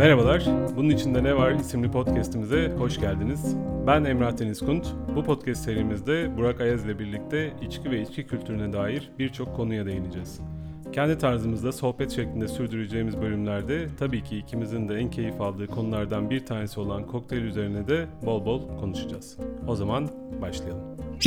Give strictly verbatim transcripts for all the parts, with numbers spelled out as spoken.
Merhabalar, Bunun İçinde Ne Var isimli podcastimize hoş geldiniz. Ben Emrah Denizkunt. Bu podcast serimizde Burak Ayaz ile birlikte içki ve içki kültürüne dair birçok konuya değineceğiz. Kendi tarzımızda sohbet şeklinde sürdüreceğimiz bölümlerde tabii ki ikimizin de en keyif aldığı konulardan bir tanesi olan kokteyl üzerine de bol bol konuşacağız. O zaman başlayalım.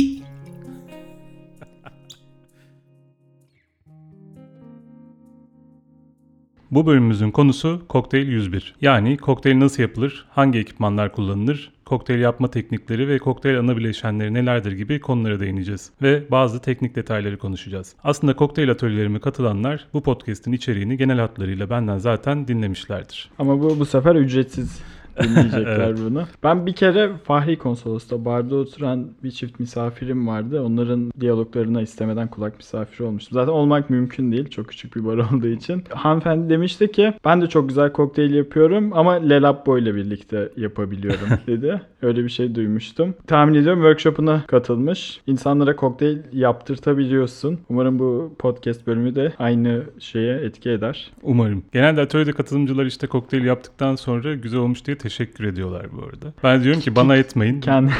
Bu bölümümüzün konusu Kokteyl yüz bir. Yani kokteyl nasıl yapılır, hangi ekipmanlar kullanılır, kokteyl yapma teknikleri ve kokteyl ana bileşenleri nelerdir gibi konulara değineceğiz. Ve bazı teknik detayları konuşacağız. Aslında kokteyl atölyelerime katılanlar bu podcast'in içeriğini genel hatlarıyla benden zaten dinlemişlerdir. Ama bu bu sefer ücretsiz dinleyecekler evet. Bunu. Ben bir kere Fahri Konsolos'ta barda oturan bir çift misafirim vardı. Onların diyaloglarına istemeden kulak misafiri olmuştum. Zaten olmak mümkün değil. Çok küçük bir bar olduğu için. Hanımefendi demişti ki ben de çok güzel kokteyl yapıyorum ama Lelabbo ile birlikte yapabiliyorum dedi. Öyle bir şey duymuştum. Tahmin ediyorum workshop'una katılmış. İnsanlara kokteyl yaptırtabiliyorsun. Umarım bu podcast bölümü de aynı şeye etki eder. Umarım. Genelde atölyede katılımcılar işte kokteyl yaptıktan sonra güzel olmuş diye teşekkür ediyorlar bu arada. Ben diyorum ki bana etmeyin. Kendi...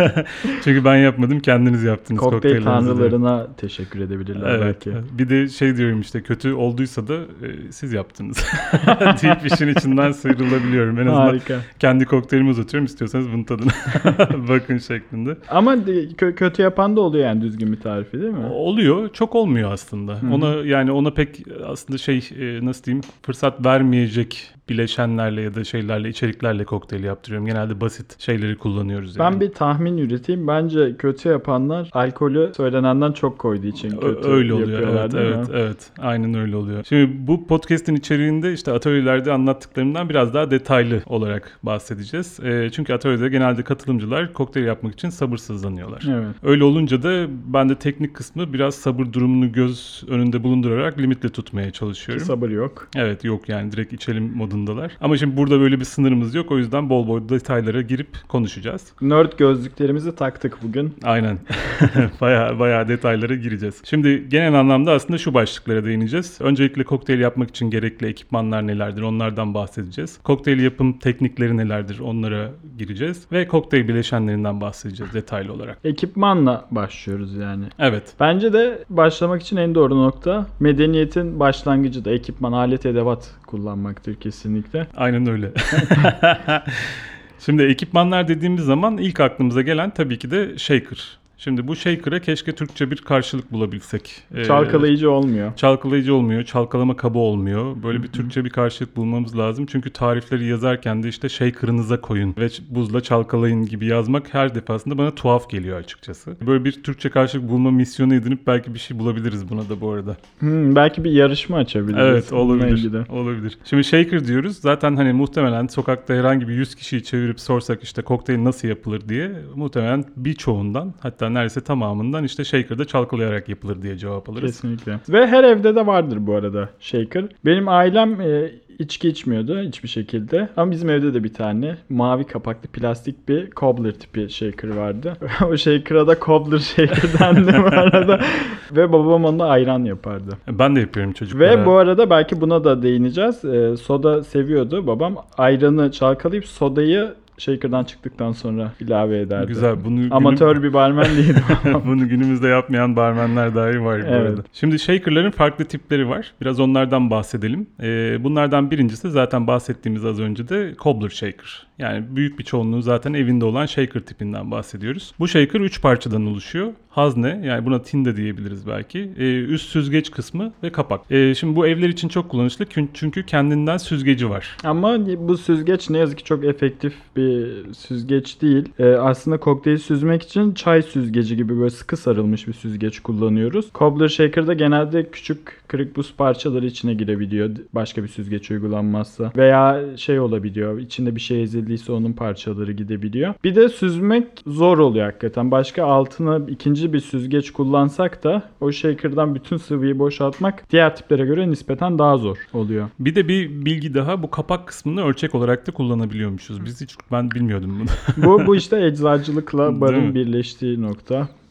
Çünkü ben yapmadım, kendiniz yaptınız. Kokteyl tanrılarına diye. Teşekkür edebilirler evet, belki. Bir de şey diyorum işte kötü olduysa da e, siz yaptınız. deyip işin içinden sıyrılabiliyorum. En azından harika. Kendi kokteylimi uzatıyorum. İstiyorsanız bunun tadına bakın şeklinde. Ama kö- kötü yapan da oluyor yani düzgün bir tarifi değil mi? Oluyor. Çok olmuyor aslında. Hı-hı. Ona yani ona pek aslında şey e, nasıl diyeyim fırsat vermeyecek bileşenlerle ya da şeylerle, içeriklerle kokteyl yaptırıyorum. Genelde basit şeyleri kullanıyoruz yani. Ben bir tahmin üreteyim. Bence kötü yapanlar alkolü söylenenden çok koyduğu için kötü öyle oluyor. yapıyorlar Evet, değil evet, mi? evet. Aynen öyle oluyor. Şimdi bu podcast'in içeriğinde işte atölyelerde anlattıklarımdan biraz daha detaylı olarak bahsedeceğiz. E, çünkü atölyede genelde katılımcılar kokteyl yapmak için sabırsızlanıyorlar. Evet. Öyle olunca da ben de teknik kısmı biraz sabır durumunu göz önünde bulundurarak limitle tutmaya çalışıyorum. Ki sabır yok. Evet, yok yani direkt içelim modunda. Ama şimdi burada böyle bir sınırımız yok. O yüzden bol bol detaylara girip konuşacağız. Nerd gözlüklerimizi taktık bugün. Aynen. Bayağı bayağı detaylara gireceğiz. Şimdi genel anlamda aslında şu başlıklara değineceğiz. Öncelikle kokteyl yapmak için gerekli ekipmanlar nelerdir? Onlardan bahsedeceğiz. Kokteyl yapım teknikleri nelerdir? Onlara gireceğiz. Ve kokteyl bileşenlerinden bahsedeceğiz detaylı olarak. Ekipmanla başlıyoruz yani. Evet. Bence de başlamak için en doğru nokta medeniyetin başlangıcı da ekipman, alet, edevat kullanmaktır kesinlikle. Aynen öyle. Şimdi ekipmanlar dediğimiz zaman ilk aklımıza gelen tabii ki de shaker. Şimdi bu shaker'a keşke Türkçe bir karşılık bulabilsek. Çalkalayıcı ee, olmuyor. Çalkalayıcı olmuyor, çalkalama kabı olmuyor. Böyle bir Türkçe bir karşılık bulmamız lazım. Çünkü tarifleri yazarken de işte shaker'ınıza koyun ve buzla çalkalayın gibi yazmak her defasında bana tuhaf geliyor açıkçası. Böyle bir Türkçe karşılık bulma misyonu edinip belki bir şey bulabiliriz buna da bu arada. Hmm, belki bir yarışma açabiliriz. Evet, olabilir. Olabilir. Şimdi shaker diyoruz. Zaten hani muhtemelen sokakta herhangi bir yüz kişiyi çevirip sorsak işte kokteyl nasıl yapılır diye muhtemelen birçoğundan hatta neredeyse tamamından işte shaker'da çalkalayarak yapılır diye cevap alırız. Kesinlikle. Ve her evde de vardır bu arada shaker. Benim ailem e, içki içmiyordu hiçbir şekilde. Ama bizim evde de bir tane mavi kapaklı plastik bir cobbler tipi shaker vardı. O shaker'a da cobbler shaker dendi bu arada. Ve babam onunla ayran yapardı. Ben de yapıyorum çocuklara. Ve bu arada belki buna da değineceğiz. E, soda seviyordu babam. Ayranı çalkalayıp sodayı shaker'dan çıktıktan sonra ilave ederdi. Güzel. Bunu amatör günüm... bir barmen değildi. Bunu günümüzde yapmayan barmenler dahi var bu evet. arada. Şimdi shaker'ların farklı tipleri var. Biraz onlardan bahsedelim. Ee, bunlardan birincisi zaten bahsettiğimiz az önce de cobbler shaker. Yani büyük bir çoğunluğu zaten evinde olan shaker tipinden bahsediyoruz. Bu shaker üç parçadan oluşuyor. Hazne, yani buna tin de diyebiliriz belki. Ee, üst süzgeç kısmı ve kapak. Ee, şimdi bu evler için çok kullanışlı çünkü kendinden süzgeci var. Ama bu süzgeç ne yazık ki çok efektif bir süzgeç değil. Ee, aslında kokteyl süzmek için çay süzgeci gibi böyle sıkı sarılmış bir süzgeç kullanıyoruz. Cobbler shaker'da genelde küçük kırık buz parçaları içine girebiliyor. Başka bir süzgeç uygulanmazsa. Veya şey olabiliyor. İçinde bir şey ezildiyse onun parçaları gidebiliyor. Bir de süzmek zor oluyor hakikaten. Başka altına ikinci bir süzgeç kullansak da o shaker'dan bütün sıvıyı boşaltmak diğer tiplere göre nispeten daha zor oluyor. Bir de bir bilgi daha, bu kapak kısmını ölçek olarak da kullanabiliyormuşuz. Biz hiç ben bilmiyordum bunu. bu bu işte eczacılıkla barın birleştiği nokta.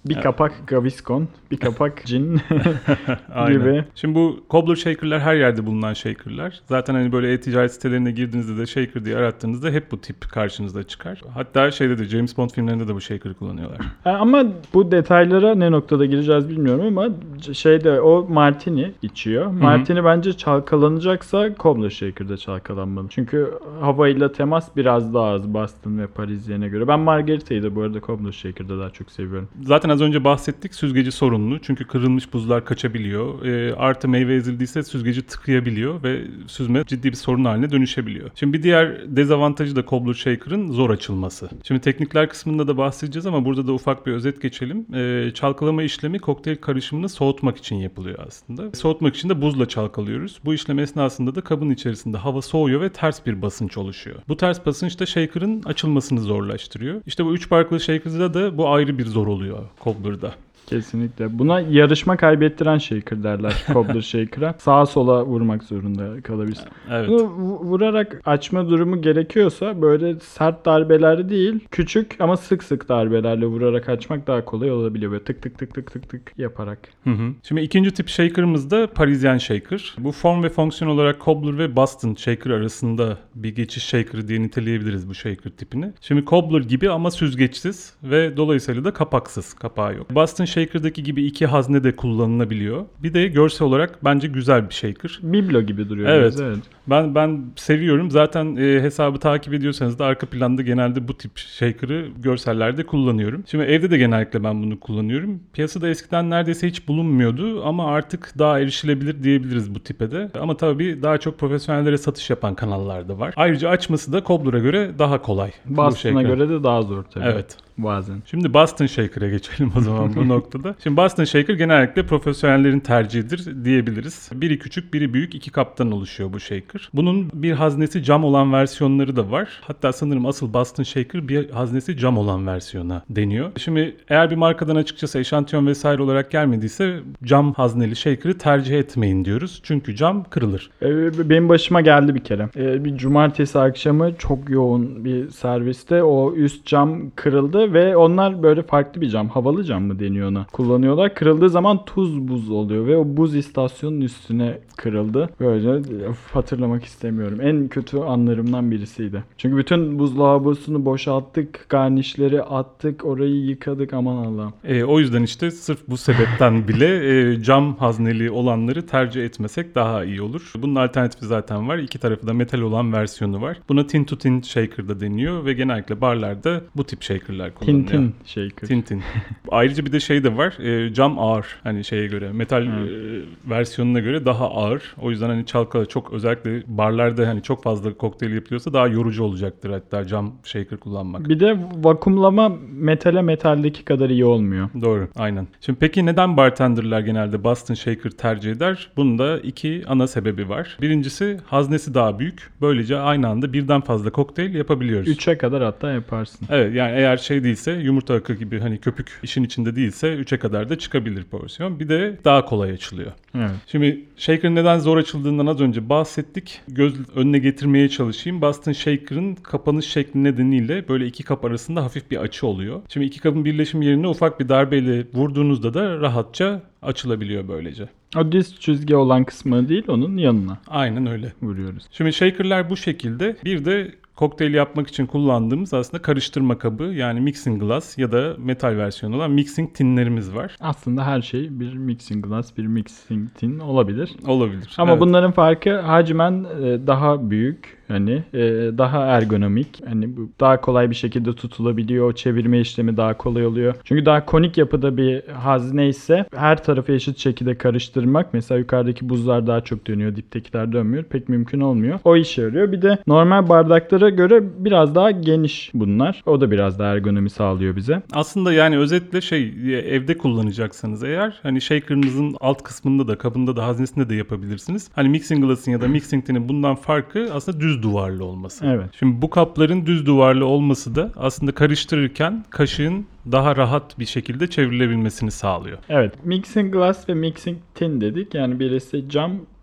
Bir Evet. kapak Gaviscon, bir kapak Gin Aynen. gibi. Şimdi bu cobbler shaker'lar her yerde bulunan shaker'lar. Zaten hani böyle e-ticaret sitelerine girdiğinizde de shaker diye arattığınızda hep bu tip karşınıza çıkar. Hatta şeyde de James Bond filmlerinde de bu shaker'ı kullanıyorlar. Ama bu detaylara ne noktada gireceğiz bilmiyorum ama şeyde o martini içiyor. Martini bence çalkalanacaksa cobbler shaker'da çalkalanmalı. Çünkü havayla temas biraz daha az Boston ve Parisyen'e göre. Ben margarita'yı da bu arada cobbler shaker'da daha çok seviyorum. Zaten az önce bahsettik, süzgeci sorunlu. Çünkü kırılmış buzlar kaçabiliyor. E, artı meyve ezildiyse süzgeci tıkayabiliyor ve süzme ciddi bir sorun haline dönüşebiliyor. Şimdi bir diğer dezavantajı da cobbler shaker'ın zor açılması. Şimdi teknikler kısmında da bahsedeceğiz ama burada da ufak bir özet geçelim. E, çalkalama işlemi kokteyl karışımını soğutmak için yapılıyor aslında. Soğutmak için de buzla çalkalıyoruz. Bu işlem esnasında da kabın içerisinde hava soğuyor ve ters bir basınç oluşuyor. Bu ters basınç da shaker'ın açılmasını zorlaştırıyor. İşte bu üç farklı shaker'da da bu ayrı bir zor oluyor cobbler'da. Kesinlikle. Buna yarışma kaybettiren shaker derler cobbler shaker'a. Sağa sola vurmak zorunda kalabilirsin. Evet. Bunu vurarak açma durumu gerekiyorsa böyle sert darbeler değil, küçük ama sık sık darbelerle vurarak açmak daha kolay olabiliyor. Böyle tık tık tık tık tık tık yaparak. Hı hı. Şimdi ikinci tip shaker'ımız da Parisyen shaker. Bu form ve fonksiyon olarak cobbler ve Boston shaker arasında bir geçiş shaker'ı diye niteleyebiliriz bu shaker tipini. Şimdi cobbler gibi ama süzgeçsiz ve dolayısıyla da kapaksız, kapağı yok. Boston shaker'daki gibi iki hazne de kullanılabiliyor. Bir de görsel olarak bence güzel bir shaker. Biblo gibi duruyor. Evet. Biraz, evet. Ben ben seviyorum. Zaten e, hesabı takip ediyorsanız da arka planda genelde bu tip shaker'ı görsellerde kullanıyorum. Şimdi evde de genellikle ben bunu kullanıyorum. Piyasada eskiden neredeyse hiç bulunmuyordu ama artık daha erişilebilir diyebiliriz bu tipe de. Ama tabii daha çok profesyonellere satış yapan kanallar da var. Ayrıca açması da cobbler'a göre daha kolay. Boston'a göre de daha zor tabii. Evet. Bazen. Şimdi Boston Shaker'a geçelim o zaman bu noktada. Şimdi Boston Shaker genellikle profesyonellerin tercihidir diyebiliriz. Biri küçük, biri büyük, iki kaptan oluşuyor bu shaker. Bunun bir haznesi cam olan versiyonları da var. Hatta sanırım asıl Boston Shaker bir haznesi cam olan versiyona deniyor. Şimdi eğer bir markadan açıkçası eşantiyon vesaire olarak gelmediyse cam hazneli shaker'ı tercih etmeyin diyoruz. Çünkü cam kırılır. Ee, benim başıma geldi bir kere. Ee, bir cumartesi akşamı çok yoğun bir serviste o üst cam kırıldı ve onlar böyle farklı bir cam, havalı cam mı deniyor ona, kullanıyorlar. Kırıldığı zaman tuz buz oluyor ve o buz istasyonun üstüne kırıldı. Böyle of, hatırlamak istemiyorum. En kötü anlarımdan birisiydi. Çünkü bütün buzdolabını boşalttık, garnişleri attık, orayı yıkadık, aman Allah'ım. E, o yüzden işte sırf bu sebepten bile e, cam hazneli olanları tercih etmesek daha iyi olur. Bunun alternatifi zaten var. İki tarafı da metal olan versiyonu var. Buna tin to tin shaker da deniyor ve genellikle barlarda bu tip shaker'lar kullanılıyor. Tintin shaker. Tintin. Ayrıca bir de şey de var. E, cam ağır. Hani şeye göre, metal e, versiyonuna göre daha ağır. O yüzden hani çalkala çok, özellikle barlarda hani çok fazla kokteyl yapılıyorsa daha yorucu olacaktır hatta cam shaker kullanmak. Bir de vakumlama metale metaldeki kadar iyi olmuyor. Doğru, aynen. Şimdi peki neden bartenderlar genelde Boston Shaker tercih eder? Bunun da iki ana sebebi var. Birincisi haznesi daha büyük. Böylece aynı anda birden fazla kokteyl yapabiliyoruz. Üçe kadar hatta yaparsın. Evet, yani eğer şey değilse, yumurta akı gibi hani köpük işin içinde değilse üçe kadar da çıkabilir porsiyon. Bir de daha kolay açılıyor. Evet. Şimdi shaker'ın neden zor açıldığından az önce bahsettik. Göz önüne getirmeye çalışayım. Boston Shaker'ın kapanış şekli nedeniyle böyle iki kap arasında hafif bir açı oluyor. Şimdi iki kapın birleşim yerine ufak bir darbeyle vurduğunuzda da rahatça açılabiliyor böylece. O düz çizgi olan kısmı değil, onun yanına Aynen öyle. vuruyoruz. Şimdi shaker'lar bu şekilde. Bir de kokteyl yapmak için kullandığımız aslında karıştırma kabı, yani mixing glass ya da metal versiyonu olan mixing tinlerimiz var. Aslında her şey bir mixing glass, bir mixing tin olabilir. Olabilir. Ama evet. bunların farkı hacmen daha büyük, hani daha ergonomik, hani bu daha kolay bir şekilde tutulabiliyor, çevirme işlemi daha kolay oluyor. Çünkü daha konik yapıda bir hazne ise her tarafı eşit şekilde karıştırmak, mesela yukarıdaki buzlar daha çok dönüyor, diptekiler dönmüyor, pek mümkün olmuyor. O işe yarıyor. Bir de normal bardaklara göre biraz daha geniş bunlar. O da biraz daha ergonomi sağlıyor bize. Aslında yani özetle şey, evde kullanacaksanız eğer hani shaker'ınızın alt kısmında da, kabında da, haznesinde de yapabilirsiniz. Hani mixing glass'ın ya da mixing tin'in bundan farkı aslında düz duvarlı olması. Evet. Şimdi bu kapların düz duvarlı olması da aslında karıştırırken kaşığın daha rahat bir şekilde çevrilebilmesini sağlıyor. Evet. Mixing glass ve mixing tin dedik. Yani birisi cam,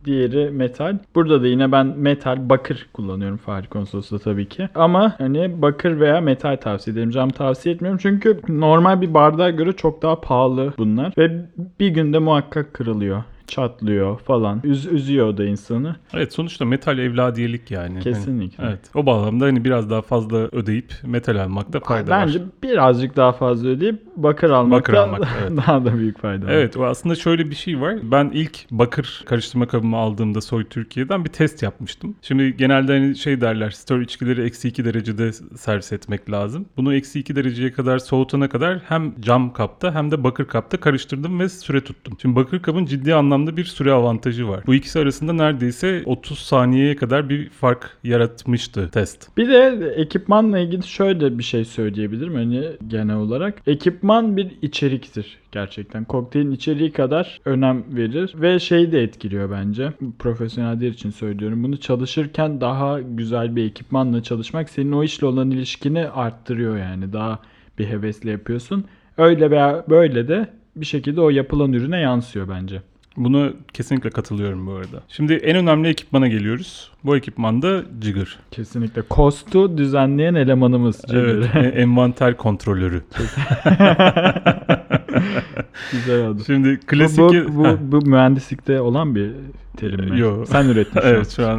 diğeri metal. Burada da yine ben metal, bakır kullanıyorum Fahri Konsolos'ta tabii ki. Ama hani bakır veya metal tavsiye ederim. Cam tavsiye etmiyorum çünkü normal bir bardağa göre çok daha pahalı bunlar. Ve bir günde muhakkak kırılıyor, çatlıyor falan. Üz üzüyor o da insanı. Evet, sonuçta metal evladiyelik yani. Kesinlikle. Hani, evet. O bağlamda hani biraz daha fazla ödeyip metal almakta fayda Bence var. Bence birazcık daha fazla ödeyip bakır almakta bakır almak, evet. daha da büyük fayda var. Evet, o aslında şöyle bir şey var. Ben ilk bakır karıştırma kabımı aldığımda Soy Türkiye'den bir test yapmıştım. Şimdi genelde hani şey derler, stir içkileri eksi iki derecede servis etmek lazım. Bunu eksi iki dereceye kadar soğutana kadar hem cam kapta hem de bakır kapta karıştırdım ve süre tuttum. Şimdi bakır kabın ciddi anlamda bir süre avantajı var. Bu ikisi arasında neredeyse otuz saniyeye kadar bir fark yaratmıştı test. Bir de ekipmanla ilgili şöyle bir şey söyleyebilirim hani genel olarak. Ekipman bir içeriktir gerçekten. Kokteylin içeriği kadar önem verir ve şeyi de etkiliyor bence. Profesyoneller için söylüyorum. Bunu çalışırken daha güzel bir ekipmanla çalışmak senin o işle olan ilişkini arttırıyor yani. Daha bir hevesle yapıyorsun. Öyle veya böyle de bir şekilde o yapılan ürüne yansıyor bence. Buna kesinlikle katılıyorum bu arada. Şimdi en önemli ekipmana geliyoruz. Bu ekipman da Jigger. Kesinlikle. Cost'u düzenleyen elemanımız Jigger. Evet, envanter kontrolörü. Güzel adı. Şimdi klasik... Bu, bu, bu, bu mühendislikte olan bir terim mi? Yok. Sen ürettin şu Evet, şu an.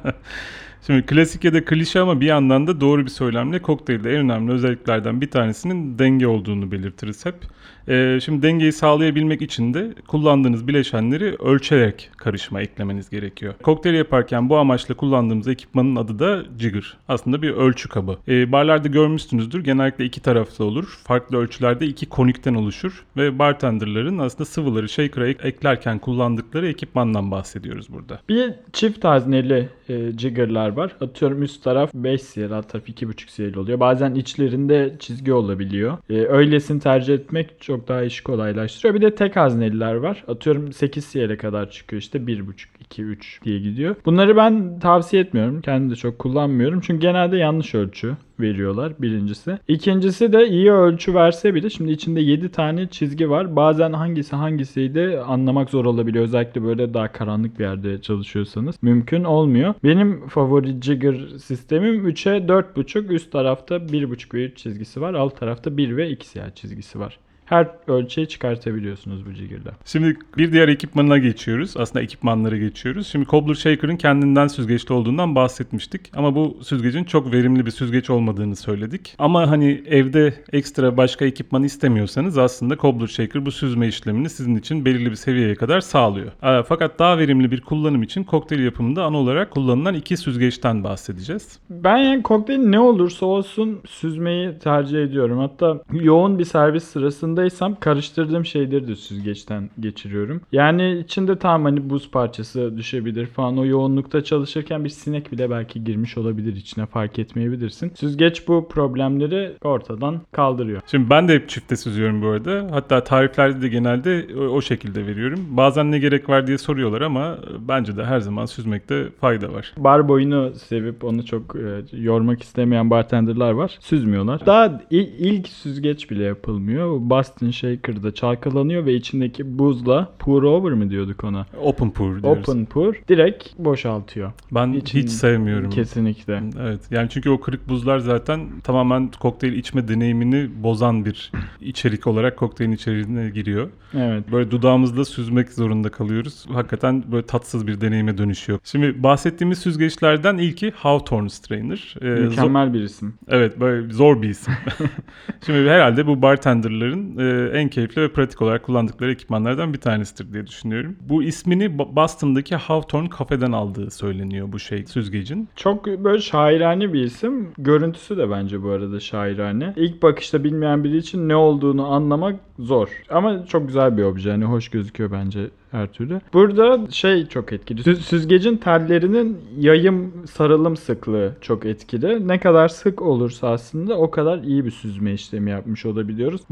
Şimdi klasik ya da klişe ama bir yandan da doğru bir söylemle kokteylde en önemli özelliklerden bir tanesinin denge olduğunu belirtiriz hep. Ee, şimdi dengeyi sağlayabilmek için de kullandığınız bileşenleri ölçerek karışıma eklemeniz gerekiyor. Kokteyl yaparken bu amaçla kullandığımız ekipmanın adı da Jigger. Aslında bir ölçü kabı. Ee, barlarda görmüşsünüzdür. Genellikle iki taraflı olur. Farklı ölçülerde iki konikten oluşur. Ve bartenderların aslında sıvıları shaker'a eklerken kullandıkları ekipmandan bahsediyoruz burada. Bir çift hazneli e, Jigger'lar var. Atıyorum üst taraf beş C L, alt taraf iki buçuk C L oluyor. Bazen içlerinde çizgi olabiliyor. E, öylesini tercih etmek çok daha işi kolaylaştırıyor. Bir de tek hazneliler var. Atıyorum sekiz C L'e kadar çıkıyor işte bir buçuk, iki, üç diye gidiyor. Bunları ben tavsiye etmiyorum. Kendim de çok kullanmıyorum. Çünkü genelde yanlış ölçü veriyorlar birincisi. İkincisi de iyi ölçü verse bile şimdi içinde yedi tane çizgi var. Bazen hangisi hangisiydi anlamak zor olabiliyor. Özellikle böyle daha karanlık bir yerde çalışıyorsanız. Mümkün olmuyor. Benim favori Jigger sistemim üçe dört buçuk. Üst tarafta bir buçuk ve üç çizgisi var. Alt tarafta bir ve iki siyah çizgisi var. Her ölçeği çıkartabiliyorsunuz bu Jigger'da. Şimdi bir diğer ekipmanına geçiyoruz. Aslında ekipmanlara geçiyoruz. Şimdi Cobbler Shaker'ın kendinden süzgeçli olduğundan bahsetmiştik. Ama bu süzgecin çok verimli bir süzgeç olmadığını söyledik. Ama hani evde ekstra başka ekipman istemiyorsanız aslında Cobbler Shaker bu süzme işlemini sizin için belirli bir seviyeye kadar sağlıyor. Fakat daha verimli bir kullanım için kokteyl yapımında ana olarak kullanılan iki süzgeçten bahsedeceğiz. Ben yani kokteyl ne olursa olsun süzmeyi tercih ediyorum. Hatta yoğun bir servis sırasında karıştırdığım şeyleri de süzgeçten geçiriyorum. Yani içinde tam hani buz parçası düşebilir falan. O yoğunlukta çalışırken bir sinek bile belki girmiş olabilir içine, fark etmeyebilirsin. Süzgeç bu problemleri ortadan kaldırıyor. Şimdi ben de hep çifte süzüyorum bu arada. Hatta tariflerde de genelde o, o şekilde veriyorum. Bazen ne gerek var diye soruyorlar ama bence de her zaman süzmekte fayda var. Bar boyunu sevip onu çok e, yormak istemeyen bartenderlar var. Süzmüyorlar. Daha il, ilk süzgeç bile yapılmıyor. Boston Shaker'da çalkalanıyor ve içindeki buzla pour over mı diyorduk ona? Open pour diyoruz. Open pour direkt boşaltıyor. Ben İçin, hiç sevmiyorum. Kesinlikle. Evet. Yani çünkü o kırık buzlar zaten tamamen kokteyl içme deneyimini bozan bir içerik olarak kokteylin içeriğine giriyor. Evet. Böyle dudağımızla süzmek zorunda kalıyoruz. Hakikaten böyle tatsız bir deneyime dönüşüyor. Şimdi bahsettiğimiz süzgeçlerden ilki Hawthorne Strainer. Ee, Mükemmel zor... bir isim. Evet, böyle zor bir isim. Şimdi herhalde bu bartenderların e, en keyifli ve pratik olarak kullandıkları ekipmanlardan bir tanesidir diye düşünüyorum. Bu ismini Boston'daki Hawthorne kafeden aldığı söyleniyor bu şey süzgecin. Çok böyle şairane bir isim. Görüntüsü de bence bu arada şairane. İlk bakışta bilmeyen biri için ne olduğunu anlamak zor. Ama çok güzel bir obje. Yani hoş gözüküyor bence her türlü. Burada şey çok etkili. Sü- süzgecin tellerinin yayım, sarılım sıklığı çok etkili. Ne kadar sık olursa aslında o kadar iyi bir süzme işlemi yapmış olabiliyoruz. Bazıları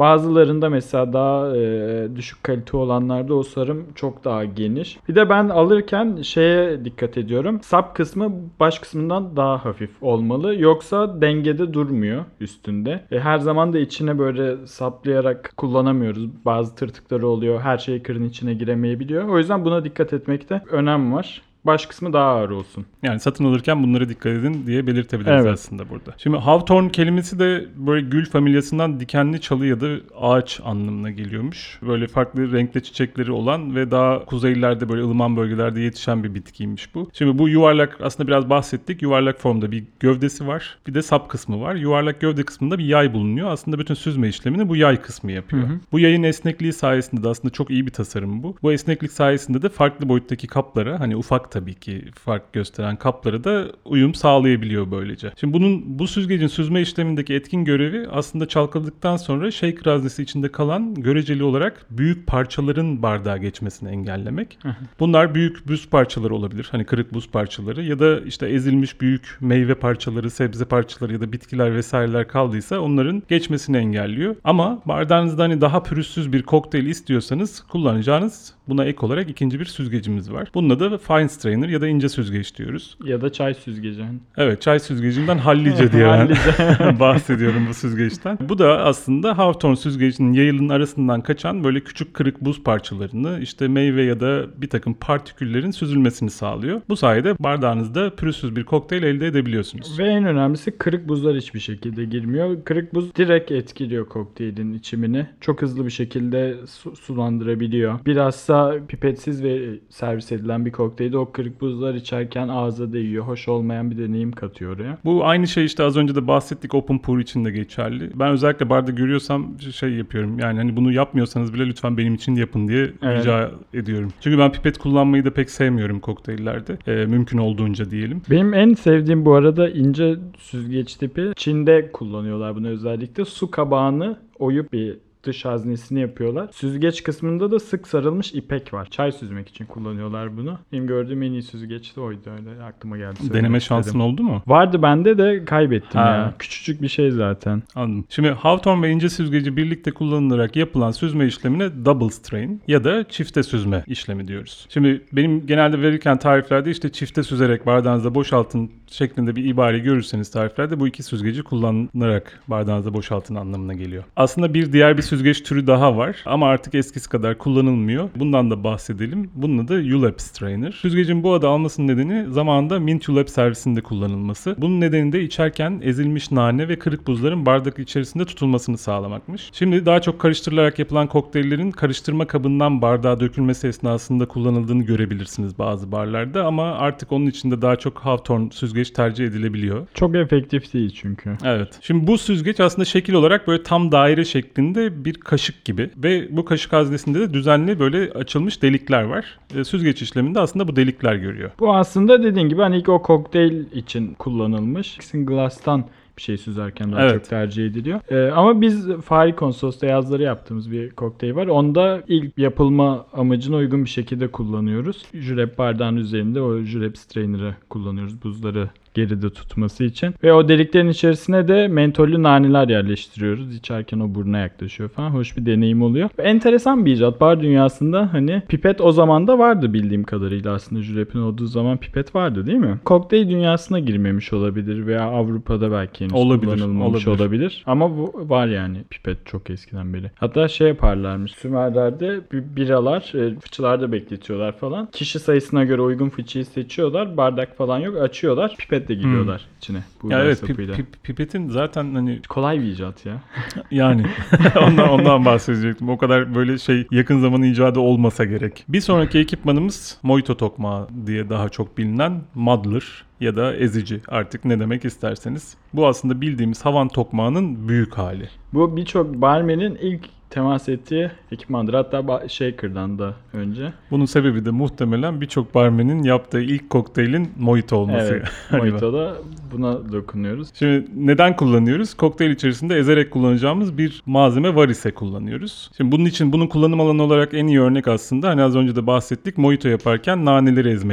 sarımlarında mesela daha e, düşük kalite olanlarda o sarım çok daha geniş. Bir de ben alırken şeye dikkat ediyorum. Sap kısmı baş kısmından daha hafif olmalı. Yoksa dengede durmuyor üstünde. E, her zaman da içine böyle saplayarak kullanamıyoruz. Bazı tırtıkları oluyor. Her şey kırın içine giremeyebiliyor. O yüzden buna dikkat etmekte önem var. Baş kısmı daha ağır olsun. Yani satın alırken bunlara dikkat edin diye belirtebiliriz Evet. aslında burada. Şimdi hawthorn kelimesi de böyle gül familyasından dikenli çalı ya da ağaç anlamına geliyormuş. Böyle farklı renkli çiçekleri olan ve daha kuzeylerde böyle ılıman bölgelerde yetişen bir bitkiymiş bu. Şimdi bu yuvarlak, aslında biraz bahsettik. Yuvarlak formda bir gövdesi var. Bir de sap kısmı var. Yuvarlak gövde kısmında bir yay bulunuyor. Aslında bütün süzme işlemini bu yay kısmı yapıyor. Hı hı. Bu yayın esnekliği sayesinde de aslında çok iyi bir tasarım bu. Bu esneklik sayesinde de farklı boyuttaki kaplara, hani ufak tabii ki fark gösteren kapları da uyum sağlayabiliyor böylece. Şimdi bunun bu süzgecin süzme işlemindeki etkin görevi aslında çalkaladıktan sonra shaker haznesi içinde kalan göreceli olarak büyük parçaların bardağa geçmesini engellemek. Bunlar büyük buz parçaları olabilir. Hani kırık buz parçaları ya da işte ezilmiş büyük meyve parçaları, sebze parçaları ya da bitkiler vesaireler kaldıysa onların geçmesini engelliyor. Ama bardağınızda hani daha pürüzsüz bir kokteyl istiyorsanız kullanacağınız buna ek olarak ikinci bir süzgecimiz var. Bunun adı fine strainer ya da ince süzgeç diyoruz. Ya da çay süzgeci. Evet, çay süzgecinden hallice diye ben bahsediyorum bu süzgeçten. Bu da aslında hawthorn süzgecinin yayılının arasından kaçan böyle küçük kırık buz parçalarını, işte meyve ya da bir takım partiküllerin süzülmesini sağlıyor. Bu sayede bardağınızda pürüzsüz bir kokteyl elde edebiliyorsunuz. Ve en önemlisi kırık buzlar hiçbir şekilde girmiyor. Kırık buz direkt etkiliyor kokteylin içimini. Çok hızlı bir şekilde su- sulandırabiliyor. Bilhassa pipetsiz ve servis edilen bir kokteylde o kırık buzlar içerken ağza değiyor. Hoş olmayan bir deneyim katıyor oraya. Bu aynı şey işte az önce de bahsettik, open pour için de geçerli. Ben özellikle barda görüyorsam şey yapıyorum. Yani hani bunu yapmıyorsanız bile lütfen benim için yapın diye evet. rica ediyorum. Çünkü ben pipet kullanmayı da pek sevmiyorum kokteyllerde. Ee, mümkün olduğunca diyelim. Benim en sevdiğim bu arada ince süzgeç tipi. Çin'de kullanıyorlar bunu özellikle. Su kabağını oyup bir dış haznesini yapıyorlar. Süzgeç kısmında da sık sarılmış ipek var. Çay süzmek için kullanıyorlar bunu. Benim gördüğüm en iyi süzgeç de oydu, öyle aklıma geldi. Deneme şansın istedim. oldu mu? Vardı bende de kaybettim ha. ya. Küçücük bir şey zaten. Anladım. Şimdi hawthorn ve ince süzgeci birlikte kullanılarak yapılan süzme işlemine double strain ya da çifte süzme işlemi diyoruz. Şimdi benim genelde verirken tariflerde işte çifte süzerek bardağınızda boşaltın şeklinde bir ibare görürseniz tariflerde bu iki süzgeci kullanarak bardağınızda boşaltın anlamına geliyor. Aslında bir diğer bir süzgeç türü daha var ama artık eskisi kadar kullanılmıyor. Bundan da bahsedelim. Bunun adı Julep strainer. Süzgecin bu adı almasının nedeni zamanında mint julep servisinde kullanılması. Bunun nedeni de içerken ezilmiş nane ve kırık buzların bardak içerisinde tutulmasını sağlamakmış. Şimdi daha çok karıştırılarak yapılan kokteyllerin karıştırma kabından bardağa dökülmesi esnasında kullanıldığını görebilirsiniz bazı barlarda ama artık onun içinde daha çok hawthorn süzgeç tercih edilebiliyor. Çok efektif değil çünkü. Evet. Şimdi bu süzgeç aslında şekil olarak böyle tam daire şeklinde bir kaşık gibi ve bu kaşık haznesinde de düzenli böyle açılmış delikler var. E, süzgeç işleminde aslında bu delikler görüyor. Bu aslında dediğin gibi hani ilk o kokteyl için kullanılmış. Glass'tan bir şey süzerken daha evet. çok tercih ediliyor. Ee, ama biz Fahri Konsos'ta yazları yaptığımız bir kokteyl var. Onda ilk yapılma amacına uygun bir şekilde kullanıyoruz. Julep bardağın üzerinde o julep strainer'ı kullanıyoruz. Buzları geride tutması için. Ve o deliklerin içerisine de mentollü naneler yerleştiriyoruz. İçerken o buruna yaklaşıyor falan. Hoş bir deneyim oluyor. Ve enteresan bir icat. Bar dünyasında hani pipet o zaman da vardı bildiğim kadarıyla aslında. Julep'in olduğu zaman pipet vardı değil mi? Kokteyl dünyasına girmemiş olabilir veya Avrupa'da belki henüz olabilir, kullanılmamış olabilir. olabilir. Ama bu var yani pipet çok eskiden beri. Hatta şey yaparlarmış. Sümerler'de biralar fıçılarda bekletiyorlar falan. Kişi sayısına göre uygun fıçıyı seçiyorlar. Bardak falan yok. Açıyorlar. Pipet de giriyorlar hmm. içine. Ya evet pip, pip, pipetin zaten hani kolay bir icat ya. Yani ondan ondan bahsedecektim. O kadar böyle şey yakın zaman icadı olmasa gerek. Bir sonraki ekipmanımız mojito tokmağı diye daha çok bilinen muddler ya da ezici, artık ne demek isterseniz. Bu aslında bildiğimiz havan tokmağının büyük hali. Bu birçok barmenin ilk temas ettiği ekipmandır. Hatta shaker'dan da önce. Bunun sebebi de muhtemelen birçok barmenin yaptığı ilk kokteylin mojito olması. Evet. Mojito'da buna dokunuyoruz. Şimdi neden kullanıyoruz? Kokteyl içerisinde ezerek kullanacağımız bir malzeme var ise kullanıyoruz. Şimdi bunun için bunun kullanım alanı olarak en iyi örnek aslında hani az önce de bahsettik. Mojito yaparken naneleri ezmekte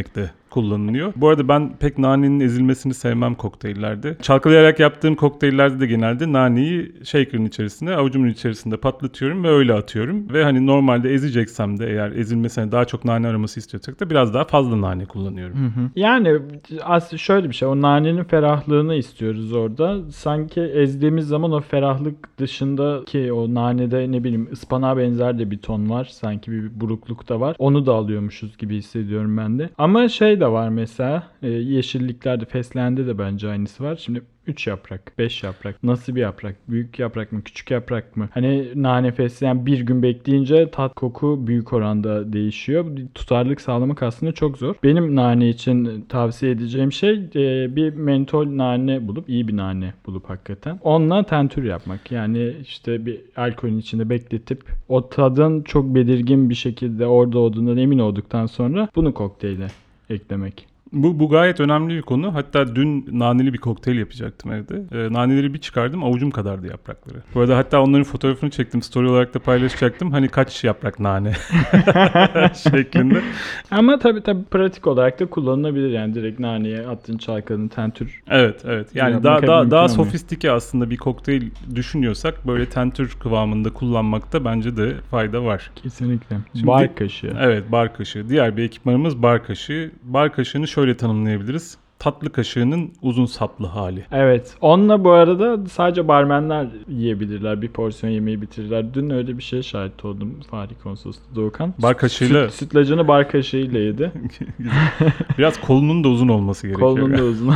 kullanılıyor. Bu arada ben pek nanenin ezilmesini sevmem kokteyllerde. Çalkalayarak yaptığım kokteyllerde de genelde naneyi shaker'ın içerisinde, avucumun içerisinde patlatıyorum ve öyle atıyorum. Ve hani normalde ezeceksem de eğer ezilmesine daha çok nane aroması istiyorsak da biraz daha fazla nane kullanıyorum. Hı hı. Yani aslında şöyle bir şey, o nanenin ferahlığını istiyoruz orada. Sanki ezdiğimiz zaman o ferahlık dışındaki o nanede ne bileyim ıspanağa benzer de bir ton var. Sanki bir burukluk da var. Onu da alıyormuşuz gibi hissediyorum ben de. Ama şey de var mesela e, yeşilliklerde, feslende de bence aynısı var. Şimdi üç yaprak, beş yaprak, nasıl bir yaprak, büyük yaprak mı, küçük yaprak mı? Hani nane fesleğen bir gün bekleyince tat, koku büyük oranda değişiyor. Tutarlılık sağlamak aslında çok zor. Benim nane için tavsiye edeceğim şey e, bir mentol nane bulup, iyi bir nane bulup hakikaten. Onunla tentür yapmak. Yani işte bir alkolün içinde bekletip o tadın çok belirgin bir şekilde orada olduğundan emin olduktan sonra bunu kokteyle eklemek. Bu, bu gayet önemli bir konu. Hatta dün naneli bir kokteyl yapacaktım evde. E, naneleri bir çıkardım, avucum kadardı yaprakları. Bu arada hatta onların fotoğrafını çektim. Story olarak da paylaşacaktım. Hani kaç yaprak nane şeklinde. Ama tabii tabii pratik olarak da kullanılabilir. Yani direkt naneye attığın çalkaladığın tentür. Evet evet. Yani Yapmak daha hep daha mümkün daha olmuyor. sofistike aslında bir kokteyl düşünüyorsak böyle tentür kıvamında kullanmakta bence de fayda var. Kesinlikle. Şimdi- Bar kaşığı. Evet, bar kaşığı. Diğer bir ekipmanımız bar kaşığı. Bar kaşığını şöyle tanımlayabiliriz. Tatlı kaşığının uzun saplı hali. Evet. Onunla bu arada sadece barmenler yiyebilirler. Bir porsiyon yemeği bitirirler. Dün öyle bir şeye şahit oldum. Fahri Konsoloslu Doğukan. Bar kaşığıyla- Süt, sütlacını bar kaşığıyla yedi. Biraz kolunun da uzun olması gerekiyor. Kolunun da uzun.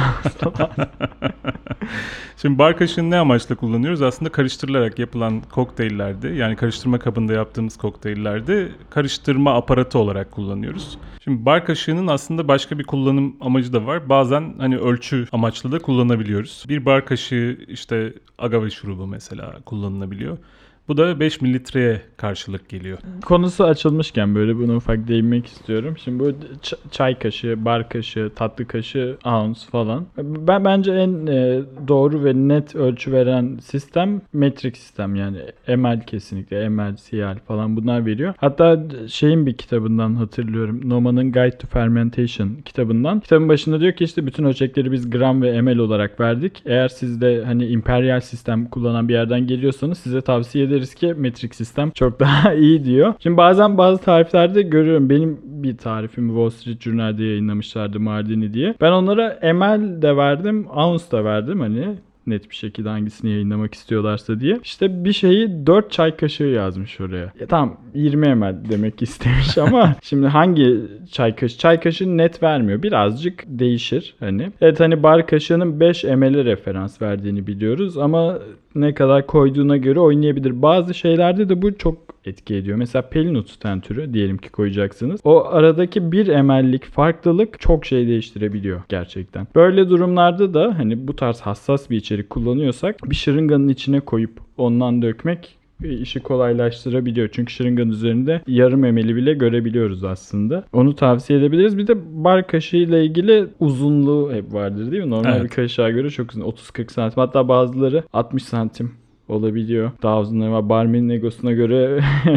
Şimdi bar kaşığını ne amaçla kullanıyoruz? Aslında karıştırılarak yapılan kokteyllerde, yani karıştırma kabında yaptığımız kokteyllerde karıştırma aparatı olarak kullanıyoruz. Şimdi bar kaşığının aslında başka bir kullanım amacı da var. Bazen hani ölçü amaçlı da kullanabiliyoruz. Bir bar kaşığı işte agave şurubu mesela kullanılabiliyor. Bu da beş mililitreye karşılık geliyor. Konusu açılmışken böyle buna ufak değinmek istiyorum. Şimdi bu ç- çay kaşığı, bar kaşığı, tatlı kaşığı, ounce falan. Ben bence en e, doğru ve net ölçü veren sistem metrik sistem, yani ml kesinlikle, ml, cl falan bunlar veriyor. Hatta şeyin bir kitabından hatırlıyorum. Noma'nın Guide to Fermentation kitabından. Kitabın başında diyor ki işte bütün ölçekleri biz gram ve ml olarak verdik. Eğer siz de hani imperial sistem kullanan bir yerden geliyorsanız size tavsiye ederiz ki metrik sistem çok daha iyi diyor. Şimdi bazen bazı tariflerde görüyorum. Benim bir tarifimi Wall Street Journal'de yayınlamışlardı, Mardini diye. Ben onlara ml de verdim, ounce da verdim hani net bir şekilde hangisini yayınlamak istiyorlarsa diye. İşte bir şeyi dört çay kaşığı yazmış oraya. Ya tamam yirmi mililitre demek istemiş ama şimdi hangi çay kaşığı? Çay kaşığı net vermiyor. Birazcık değişir hani. Evet hani bar kaşığının beş mililitre referans verdiğini biliyoruz ama ne kadar koyduğuna göre oynayabilir. Bazı şeylerde de bu çok etki ediyor. Mesela Pelinut tentürü diyelim ki koyacaksınız. O aradaki bir mililitrelik farklılık çok şey değiştirebiliyor gerçekten. Böyle durumlarda da hani bu tarz hassas bir içerik kullanıyorsak bir şırınganın içine koyup ondan dökmek işi kolaylaştırabiliyor. Çünkü şırınganın üzerinde yarım emeli bile görebiliyoruz aslında. Onu tavsiye edebiliriz. Bir de bar kaşığı ile ilgili uzunluğu hep vardır değil mi? Normal Evet. bir kaşığa göre çok uzun. otuz kırk santim. Hatta bazıları altmış santim olabiliyor. Daha uzunları var. Barmenin egosuna göre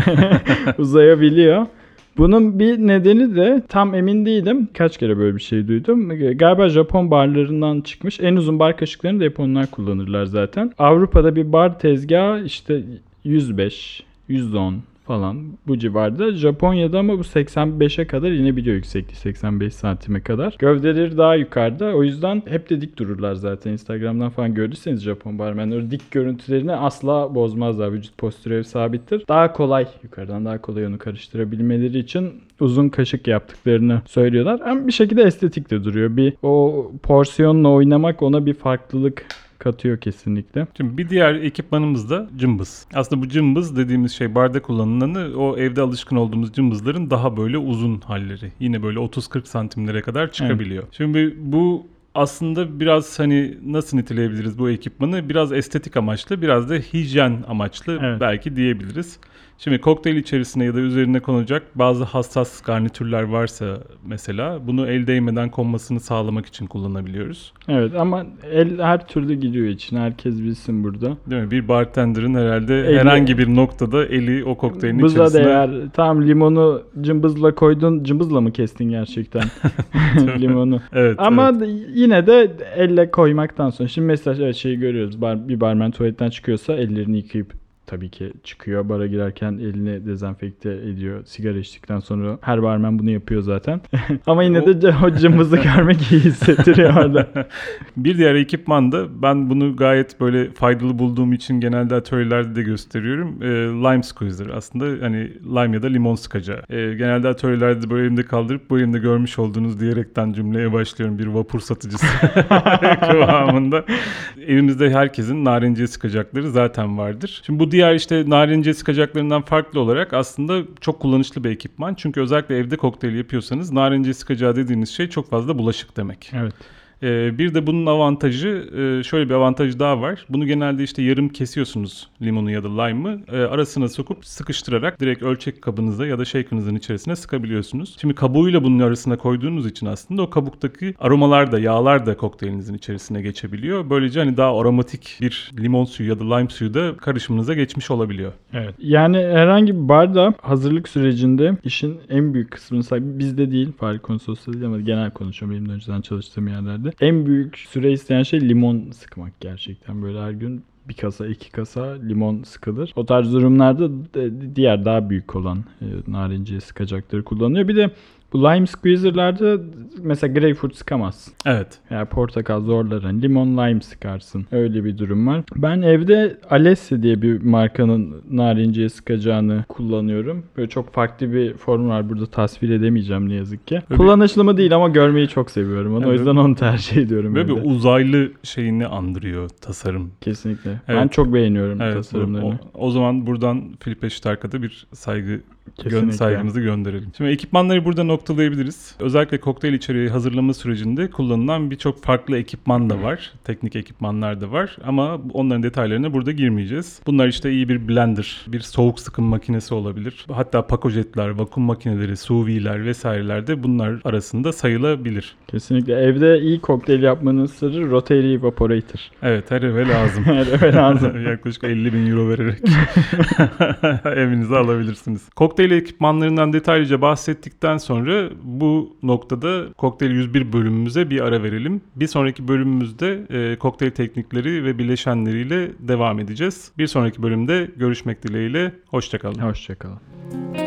uzayabiliyor. Bunun bir nedeni de tam emin değilim. Kaç kere böyle bir şey duydum. Galiba Japon barlarından çıkmış. En uzun bar kaşıklarını da hep onlar kullanırlar zaten. Avrupa'da bir bar tezgahı işte yüz beş, yüz on falan bu civarda. Japonya'da ama bu seksen beşe kadar inebiliyor, yüksekliği seksen beş santime kadar. Gövdeleri daha yukarıda. O yüzden hep de dik dururlar zaten. Instagram'dan falan gördüyseniz Japon barmenleri dik görüntülerini asla bozmazlar. Vücut postürü sabittir. Daha kolay, yukarıdan daha kolay onu karıştırabilmeleri için uzun kaşık yaptıklarını söylüyorlar. Ama bir şekilde estetik de duruyor. Bir o porsiyonla oynamak ona bir farklılık katıyor kesinlikle. Şimdi bir diğer ekipmanımız da cımbız. Aslında bu cımbız dediğimiz şey barda kullanılanı o evde alışkın olduğumuz cımbızların daha böyle uzun halleri. Yine böyle otuz kırk santimlere kadar çıkabiliyor. Evet. Şimdi bu aslında biraz hani nasıl niteleyebiliriz bu ekipmanı? Biraz estetik amaçlı, biraz da hijyen amaçlı evet. belki diyebiliriz. Şimdi kokteyl içerisine ya da üzerine konacak bazı hassas garnitürler varsa mesela bunu el değmeden konmasını sağlamak için kullanabiliyoruz. Evet ama el her türlü gidiyor için. Herkes bilsin burada. Değil mi? Bir bartender'ın herhalde Eli, herhangi bir noktada eli o kokteylin bıza içerisine... değer. Tamam, limonu cımbızla koydun. Cımbızla mı kestin gerçekten limonu? Evet. Ama evet. yine de elle koymaktan sonra. Şimdi mesela şeyi görüyoruz. Bar, bir barmen tuvaletten çıkıyorsa ellerini yıkayıp tabii ki çıkıyor. Bara girerken elini dezenfekte ediyor. Sigara içtikten sonra her barmen bunu yapıyor zaten. Ama yine o... de o cımbızı görmek iyi hissettiriyor orada. Bir diğer ekipman da ben bunu gayet böyle faydalı bulduğum için genelde atölyelerde de gösteriyorum. E, lime squeezer aslında hani lime ya da limon sıkacağı. E, genelde atölyelerde böyle elimde kaldırıp bu elimde görmüş olduğunuz diyerekten cümleye başlıyorum. Bir vapur satıcısı kıvamında. Evimizde herkesin narenciye sıkacakları zaten vardır. Şimdi bu diğer işte narenciye sıkacaklarından farklı olarak aslında çok kullanışlı bir ekipman. Çünkü özellikle evde kokteyl yapıyorsanız narenciye sıkacağı dediğiniz şey çok fazla bulaşık demek. Evet. Bir de bunun avantajı, şöyle bir avantajı daha var. Bunu genelde işte yarım kesiyorsunuz limonu ya da lime'ı. Arasına sokup sıkıştırarak direkt ölçek kabınıza ya da shaker'ınızın içerisine sıkabiliyorsunuz. Şimdi kabuğuyla bunun arasına koyduğunuz için aslında o kabuktaki aromalar da yağlar da kokteylinizin içerisine geçebiliyor. Böylece hani daha aromatik bir limon suyu ya da lime suyu da karışımınıza geçmiş olabiliyor. Evet. Yani herhangi bir barda hazırlık sürecinde işin en büyük kısmını sahibi bizde değil. Fahri Konsolos'ta değil ama genel konuşuyorum. Benim de önceden çalıştığım yerlerde. En büyük süre isteyen şey limon sıkmak gerçekten. Böyle her gün bir kasa iki kasa limon sıkılır. O tarz durumlarda diğer daha büyük olan e, narenciye sıkacakları kullanılıyor. Bir de bu lime squeezer'larda mesela greyfurt sıkamazsın. Evet. Yani portakal zorların, limon lime sıkarsın. Öyle bir durum var. Ben evde Alessia diye bir markanın narenciye sıkacağını kullanıyorum. Böyle çok farklı bir form var. Burada tasvir edemeyeceğim ne yazık ki. Öyle kullanışlı mı değil ama görmeyi çok seviyorum onu. Evet. O yüzden onu tercih ediyorum. Böyle bir uzaylı şeyini andırıyor tasarım. Kesinlikle. Evet. Ben çok beğeniyorum evet, tasarımlarını. O, o zaman buradan Filipe Stark'a bir saygı Gön, saygımızı gönderelim. Şimdi ekipmanları burada noktalayabiliriz. Özellikle kokteyl içeriği hazırlama sürecinde kullanılan birçok farklı ekipman da var. Teknik ekipmanlar da var ama onların detaylarına burada girmeyeceğiz. Bunlar işte iyi bir blender, bir soğuk sıkım makinesi olabilir. Hatta pakojetler, vakum makineleri, sous vide'ler vesaireler de bunlar arasında sayılabilir. Kesinlikle. Evde iyi kokteyl yapmanın sırrı rotary evaporator. Evet, her eve lazım. her eve lazım. Yaklaşık elli bin euro vererek evinize alabilirsiniz. Kokteyl ekipmanlarından detaylıca bahsettikten sonra bu noktada Kokteyl yüz bir bölümümüze bir ara verelim. Bir sonraki bölümümüzde e, kokteyl teknikleri ve bileşenleriyle devam edeceğiz. Bir sonraki bölümde görüşmek dileğiyle. Hoşça kalın. Hoşça kalın.